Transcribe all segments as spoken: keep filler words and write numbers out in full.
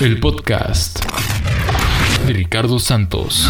El podcast de Ricardo Santos.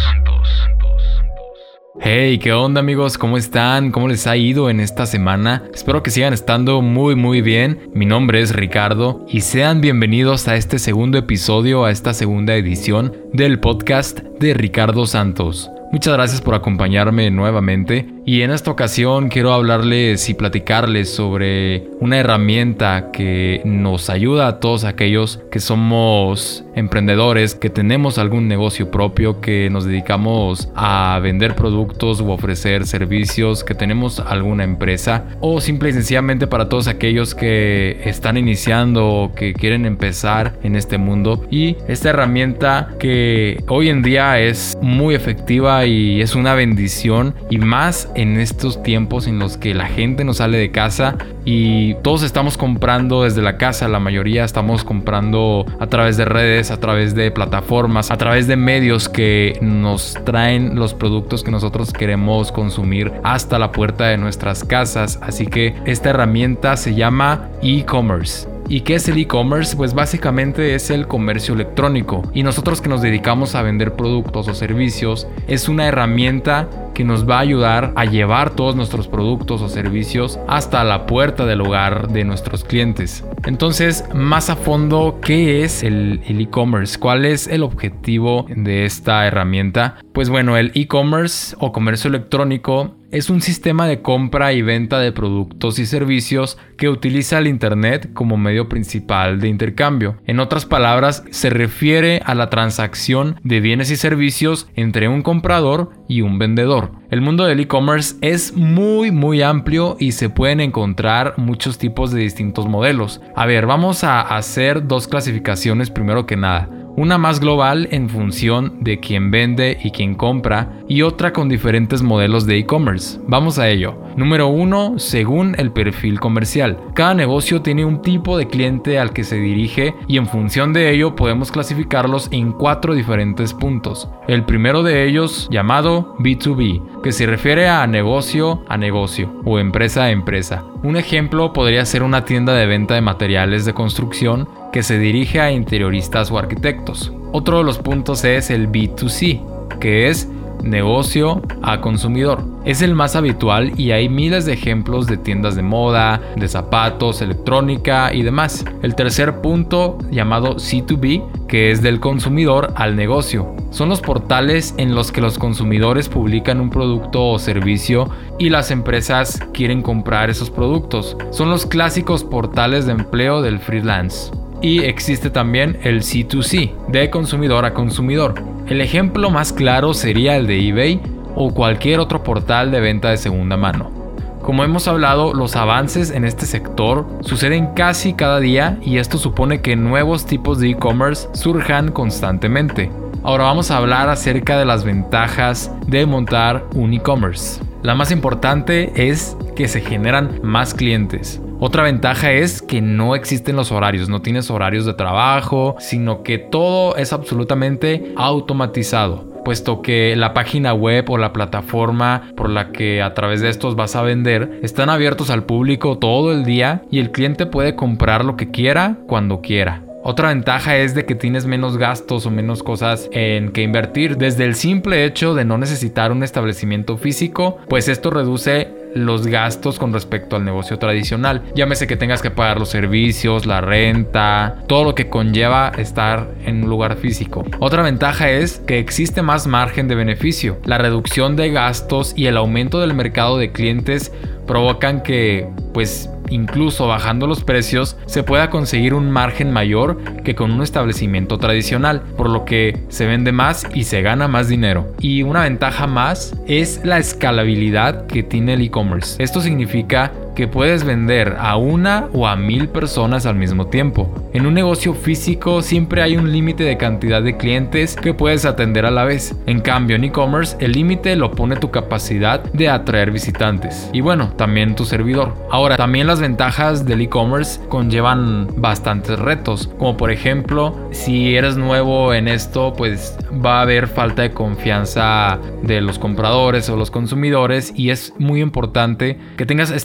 Hey, ¿qué onda amigos? ¿Cómo están? ¿Cómo les ha ido en esta semana? Espero que sigan estando muy muy bien. Mi nombre es Ricardo y sean bienvenidos a este segundo episodio, a esta segunda edición del podcast de Ricardo Santos. Muchas gracias por acompañarme nuevamente y en esta ocasión quiero hablarles y platicarles sobre una herramienta que nos ayuda a todos aquellos que somos emprendedores, que tenemos algún negocio propio, que nos dedicamos a vender productos u ofrecer servicios, que tenemos alguna empresa o simple y sencillamente para todos aquellos que están iniciando o que quieren empezar en este mundo. Y esta herramienta que hoy en día es muy efectiva y es una bendición, y más en estos tiempos en los que la gente no sale de casa y todos estamos comprando desde la casa. La mayoría estamos comprando a través de redes, a través de plataformas, a través de medios que nos traen los productos que nosotros queremos consumir hasta la puerta de nuestras casas. Así que esta herramienta se llama e-commerce. ¿Y qué es el e-commerce? Pues básicamente es el comercio electrónico, y nosotros que nos dedicamos a vender productos o servicios, es una herramienta que nos va a ayudar a llevar todos nuestros productos o servicios hasta la puerta del hogar de nuestros clientes. Entonces, más a fondo, ¿qué es el el e-commerce? ¿Cuál es el objetivo de esta herramienta? Pues bueno, el e-commerce o comercio electrónico es un sistema de compra y venta de productos y servicios que utiliza el Internet como medio principal de intercambio. En otras palabras, se refiere a la transacción de bienes y servicios entre un comprador y un vendedor. El mundo del e-commerce es muy muy amplio y se pueden encontrar muchos tipos de distintos modelos. A ver, vamos a hacer dos clasificaciones primero que nada. Una más global en función de quién vende y quién compra, y otra con diferentes modelos de e-commerce. Vamos a ello. Número uno, según el perfil comercial. Cada negocio tiene un tipo de cliente al que se dirige y en función de ello podemos clasificarlos en cuatro diferentes puntos. El primero de ellos, llamado B dos B, que se refiere a negocio a negocio o empresa a empresa. Un ejemplo podría ser una tienda de venta de materiales de construcción que se dirige a interioristas o arquitectos. Otro de los puntos es el B dos C, que es negocio a consumidor. Es el más habitual y hay miles de ejemplos de tiendas de moda, de zapatos, electrónica y demás. El tercer punto, llamado C dos B, que es del consumidor al negocio. Son los portales en los que los consumidores publican un producto o servicio y las empresas quieren comprar esos productos. Son los clásicos portales de empleo del freelance. Y existe también el C dos C, de consumidor a consumidor. El ejemplo más claro sería el de eBay o cualquier otro portal de venta de segunda mano. Como hemos hablado, los avances en este sector suceden casi cada día y esto supone que nuevos tipos de e-commerce surjan constantemente. Ahora vamos a hablar acerca de las ventajas de montar un e-commerce. La más importante es que se generan más clientes. Otra ventaja es que no existen los horarios, no tienes horarios de trabajo, sino que todo es absolutamente automatizado, puesto que la página web o la plataforma por la que a través de estos vas a vender están abiertos al público todo el día y el cliente puede comprar lo que quiera cuando quiera. Otra ventaja es de que tienes menos gastos o menos cosas en que invertir. Desde el simple hecho de no necesitar un establecimiento físico, pues esto reduce los gastos con respecto al negocio tradicional. Llámese que tengas que pagar los servicios, la renta, todo lo que conlleva estar en un lugar físico. Otra ventaja es que existe más margen de beneficio. La reducción de gastos y el aumento del mercado de clientes provocan que, pues, incluso bajando los precios, se pueda conseguir un margen mayor que con un establecimiento tradicional, por lo que se vende más y se gana más dinero. Y una ventaja más es la escalabilidad que tiene el e-commerce. Esto significa que puedes vender a una o a mil personas al mismo tiempo. En un negocio físico siempre hay un límite de cantidad de clientes que puedes atender a la vez. En cambio, en e-commerce el límite lo pone tu capacidad de atraer visitantes y bueno, también tu servidor. Ahora, también las ventajas del e-commerce conllevan bastantes retos, como por ejemplo, si eres nuevo en esto, pues va a haber falta de confianza de los compradores o los consumidores, y es muy importante que tengas esta página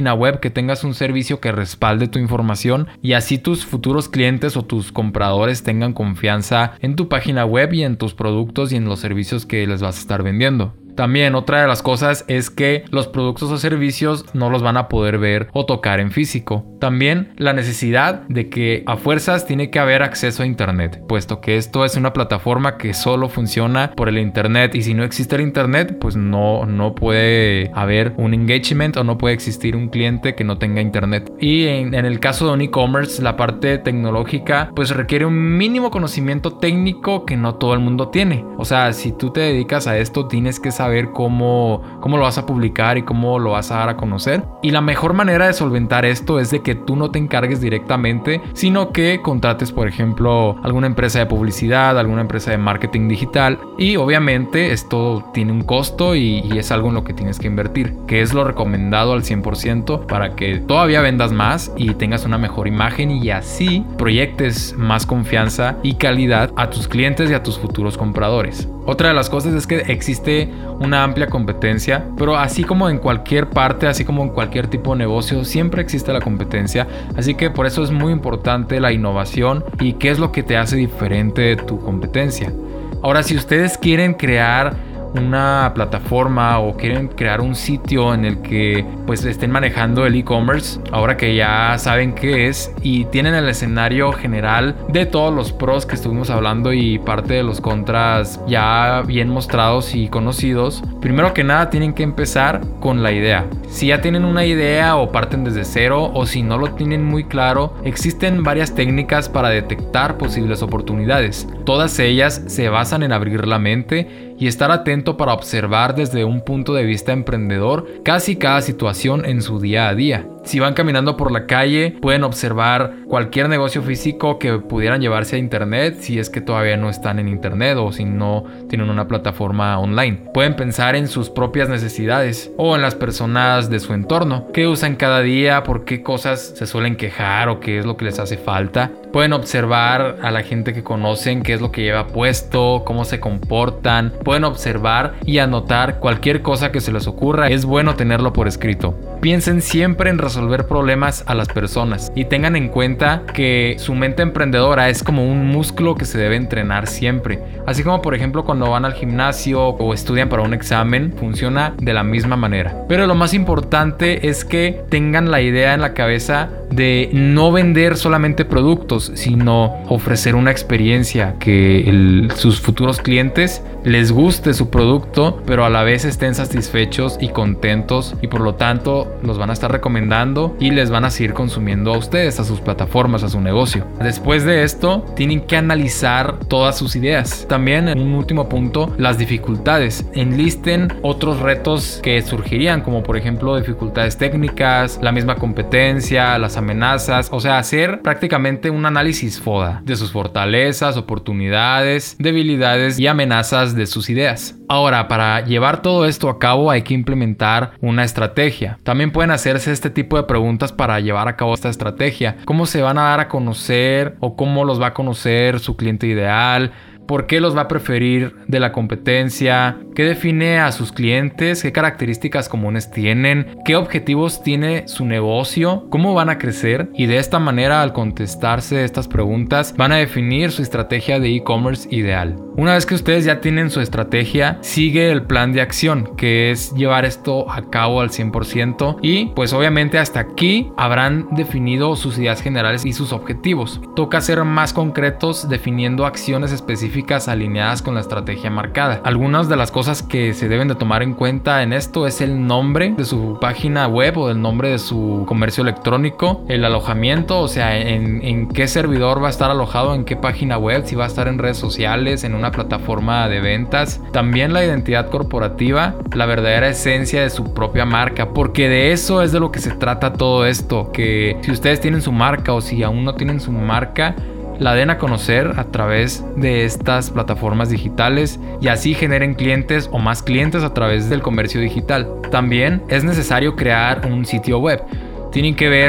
página web, que tengas un servicio que respalde tu información y así tus futuros clientes o tus compradores tengan confianza en tu página web y en tus productos y en los servicios que les vas a estar vendiendo. También otra de las cosas es que los productos o servicios no los van a poder ver o tocar en físico. También la necesidad de que a fuerzas tiene que haber acceso a internet, puesto que esto es una plataforma que solo funciona por el internet y si no existe el internet pues no, no puede haber un engagement o no puede existir un cliente que no tenga internet. Y en, en el caso de un e-commerce, la parte tecnológica pues requiere un mínimo conocimiento técnico que no todo el mundo tiene. O sea, si tú te dedicas a esto tienes que saber saber cómo, cómo lo vas a publicar y cómo lo vas a dar a conocer. Y la mejor manera de solventar esto es de que tú no te encargues directamente, sino que contrates, por ejemplo, alguna empresa de publicidad, alguna empresa de marketing digital. Y obviamente esto tiene un costo y, y es algo en lo que tienes que invertir, que es lo recomendado al cien por ciento para que todavía vendas más y tengas una mejor imagen y así proyectes más confianza y calidad a tus clientes y a tus futuros compradores. Otra de las cosas es que existe una amplia competencia, pero así como en cualquier parte, así como en cualquier tipo de negocio, siempre existe la competencia, así que por eso es muy importante la innovación y qué es lo que te hace diferente de tu competencia. Ahora, si ustedes quieren crear una plataforma o quieren crear un sitio en el que pues estén manejando el e-commerce, ahora que ya saben qué es y tienen el escenario general de todos los pros que estuvimos hablando y parte de los contras ya bien mostrados y conocidos, primero que nada tienen que empezar con la idea. Si ya tienen una idea o parten desde cero o si no lo tienen muy claro, existen varias técnicas para detectar posibles oportunidades. Todas ellas se basan en abrir la mente y estar atento para observar desde un punto de vista emprendedor casi cada situación en su día a día. Si van caminando por la calle, pueden observar cualquier negocio físico que pudieran llevarse a internet si es que todavía no están en internet o si no tienen una plataforma online. Pueden pensar en sus propias necesidades o en las personas de su entorno, qué usan cada día, por qué cosas se suelen quejar o qué es lo que les hace falta. Pueden observar a la gente que conocen, qué es lo que lleva puesto, cómo se comportan. Pueden observar y anotar cualquier cosa que se les ocurra. Es bueno tenerlo por escrito. Piensen siempre en resolver problemas a las personas y tengan en cuenta que su mente emprendedora es como un músculo que se debe entrenar siempre. Así como por ejemplo cuando van al gimnasio o estudian para un examen, funciona de la misma manera. Pero lo más importante es que tengan la idea en la cabeza de no vender solamente productos, sino ofrecer una experiencia que el, sus futuros clientes les guste su producto, pero a la vez estén satisfechos y contentos y por lo tanto los van a estar recomendando y les van a seguir consumiendo a ustedes, a sus plataformas, a su negocio. Después de esto, tienen que analizar todas sus ideas. También, en un último punto, las dificultades. Enlisten otros retos que surgirían, como por ejemplo dificultades técnicas, la misma competencia, las amenazas, o sea, hacer prácticamente un análisis FODA de sus fortalezas, oportunidades, debilidades y amenazas de sus ideas. Ahora, para llevar todo esto a cabo hay que implementar una estrategia. También pueden hacerse este tipo de preguntas para llevar a cabo esta estrategia. ¿Cómo se van a dar a conocer o cómo los va a conocer su cliente ideal? ¿Por qué los va a preferir de la competencia? ¿Qué define a sus clientes? ¿Qué características comunes tienen? ¿Qué objetivos tiene su negocio? ¿Cómo van a crecer? Y de esta manera, al contestarse estas preguntas, van a definir su estrategia de e-commerce ideal. Una vez que ustedes ya tienen su estrategia, sigue el plan de acción, que es llevar esto a cabo al cien por ciento. Y pues obviamente hasta aquí habrán definido sus ideas generales y sus objetivos. Toca ser más concretos definiendo acciones específicas alineadas con la estrategia marcada. Algunas de las cosas que se deben de tomar en cuenta en esto es el nombre de su página web o el nombre de su comercio electrónico, el alojamiento, o sea, en, en qué servidor va a estar alojado, en qué página web, si va a estar en redes sociales, en una plataforma de ventas. También la identidad corporativa, la verdadera esencia de su propia marca, porque de eso es de lo que se trata todo esto, que si ustedes tienen su marca o si aún no tienen su marca, la den a conocer a través de estas plataformas digitales y así generen clientes o más clientes a través del comercio digital. También es necesario crear un sitio web. Tienen que ver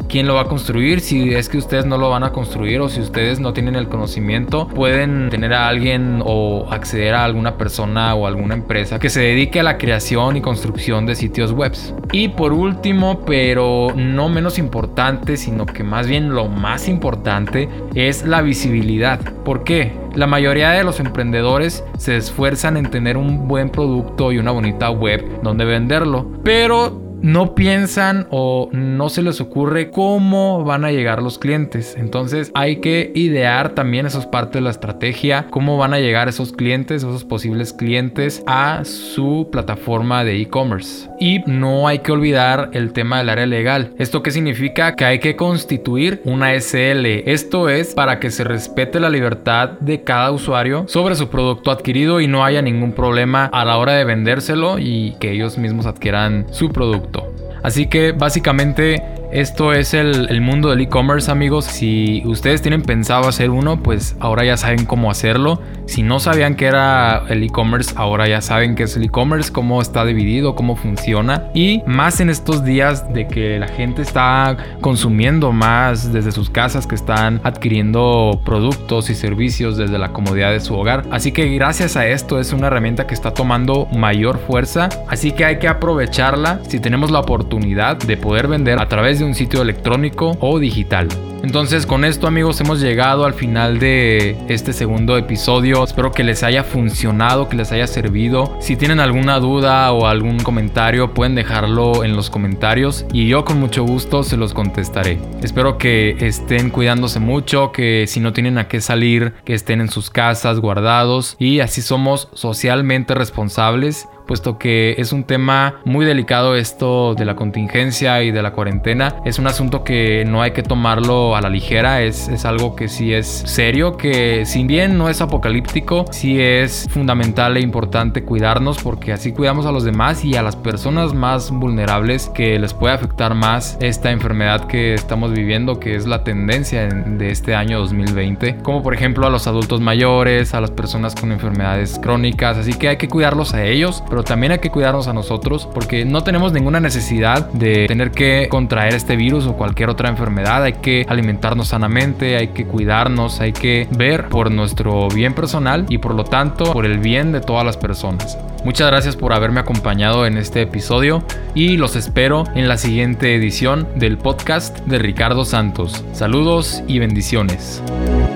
quién lo va a construir. Si es que ustedes no lo van a construir o si ustedes no tienen el conocimiento, pueden tener a alguien o acceder a alguna persona o alguna empresa que se dedique a la creación y construcción de sitios web. Y por último, pero no menos importante, sino que más bien lo más importante, es la visibilidad. ¿Por qué? La mayoría de los emprendedores se esfuerzan en tener un buen producto y una bonita web donde venderlo, pero no piensan o no se les ocurre cómo van a llegar los clientes. Entonces hay que idear también, eso es parte de la estrategia, cómo van a llegar esos clientes, esos posibles clientes a su plataforma de e-commerce. Y no hay que olvidar el tema del área legal. ¿Esto qué significa? Que hay que constituir una S L. Esto es para que se respete la libertad de cada usuario sobre su producto adquirido y no haya ningún problema a la hora de vendérselo y que ellos mismos adquieran su producto. Así que básicamente esto es el, el mundo del e-commerce, amigos. Si ustedes tienen pensado hacer uno, pues ahora ya saben cómo hacerlo. Si no sabían qué era el e-commerce, ahora ya saben qué es el e-commerce, cómo está dividido, cómo funciona. Y más en estos días de que la gente está consumiendo más desde sus casas, que están adquiriendo productos y servicios desde la comodidad de su hogar. Así que gracias a esto es una herramienta que está tomando mayor fuerza. Así que hay que aprovecharla si tenemos la oportunidad de poder vender a través de un sitio electrónico o digital. Entonces, con esto, amigos, hemos llegado al final de este segundo episodio. Espero que les haya funcionado, que les haya servido. Si tienen alguna duda o algún comentario, pueden dejarlo en los comentarios y yo con mucho gusto se los contestaré. Espero que estén cuidándose mucho, que si no tienen a qué salir, que estén en sus casas guardados, y así somos socialmente responsables, puesto que es un tema muy delicado esto de la contingencia y de la cuarentena. Es un asunto que no hay que tomarlo a la ligera, es, es algo que sí es serio, que si bien no es apocalíptico, sí es fundamental e importante cuidarnos, porque así cuidamos a los demás y a las personas más vulnerables que les puede afectar más esta enfermedad que estamos viviendo, que es la tendencia de este año dos mil veinte, como por ejemplo a los adultos mayores, a las personas con enfermedades crónicas. Así que hay que cuidarlos a ellos, pero también hay que cuidarnos a nosotros, porque no tenemos ninguna necesidad de tener que contraer este virus o cualquier otra enfermedad. Hay que alimentarnos sanamente, hay que cuidarnos, hay que ver por nuestro bien personal y por lo tanto por el bien de todas las personas. Muchas gracias por haberme acompañado en este episodio y los espero en la siguiente edición del podcast de Ricardo Santos. Saludos y bendiciones.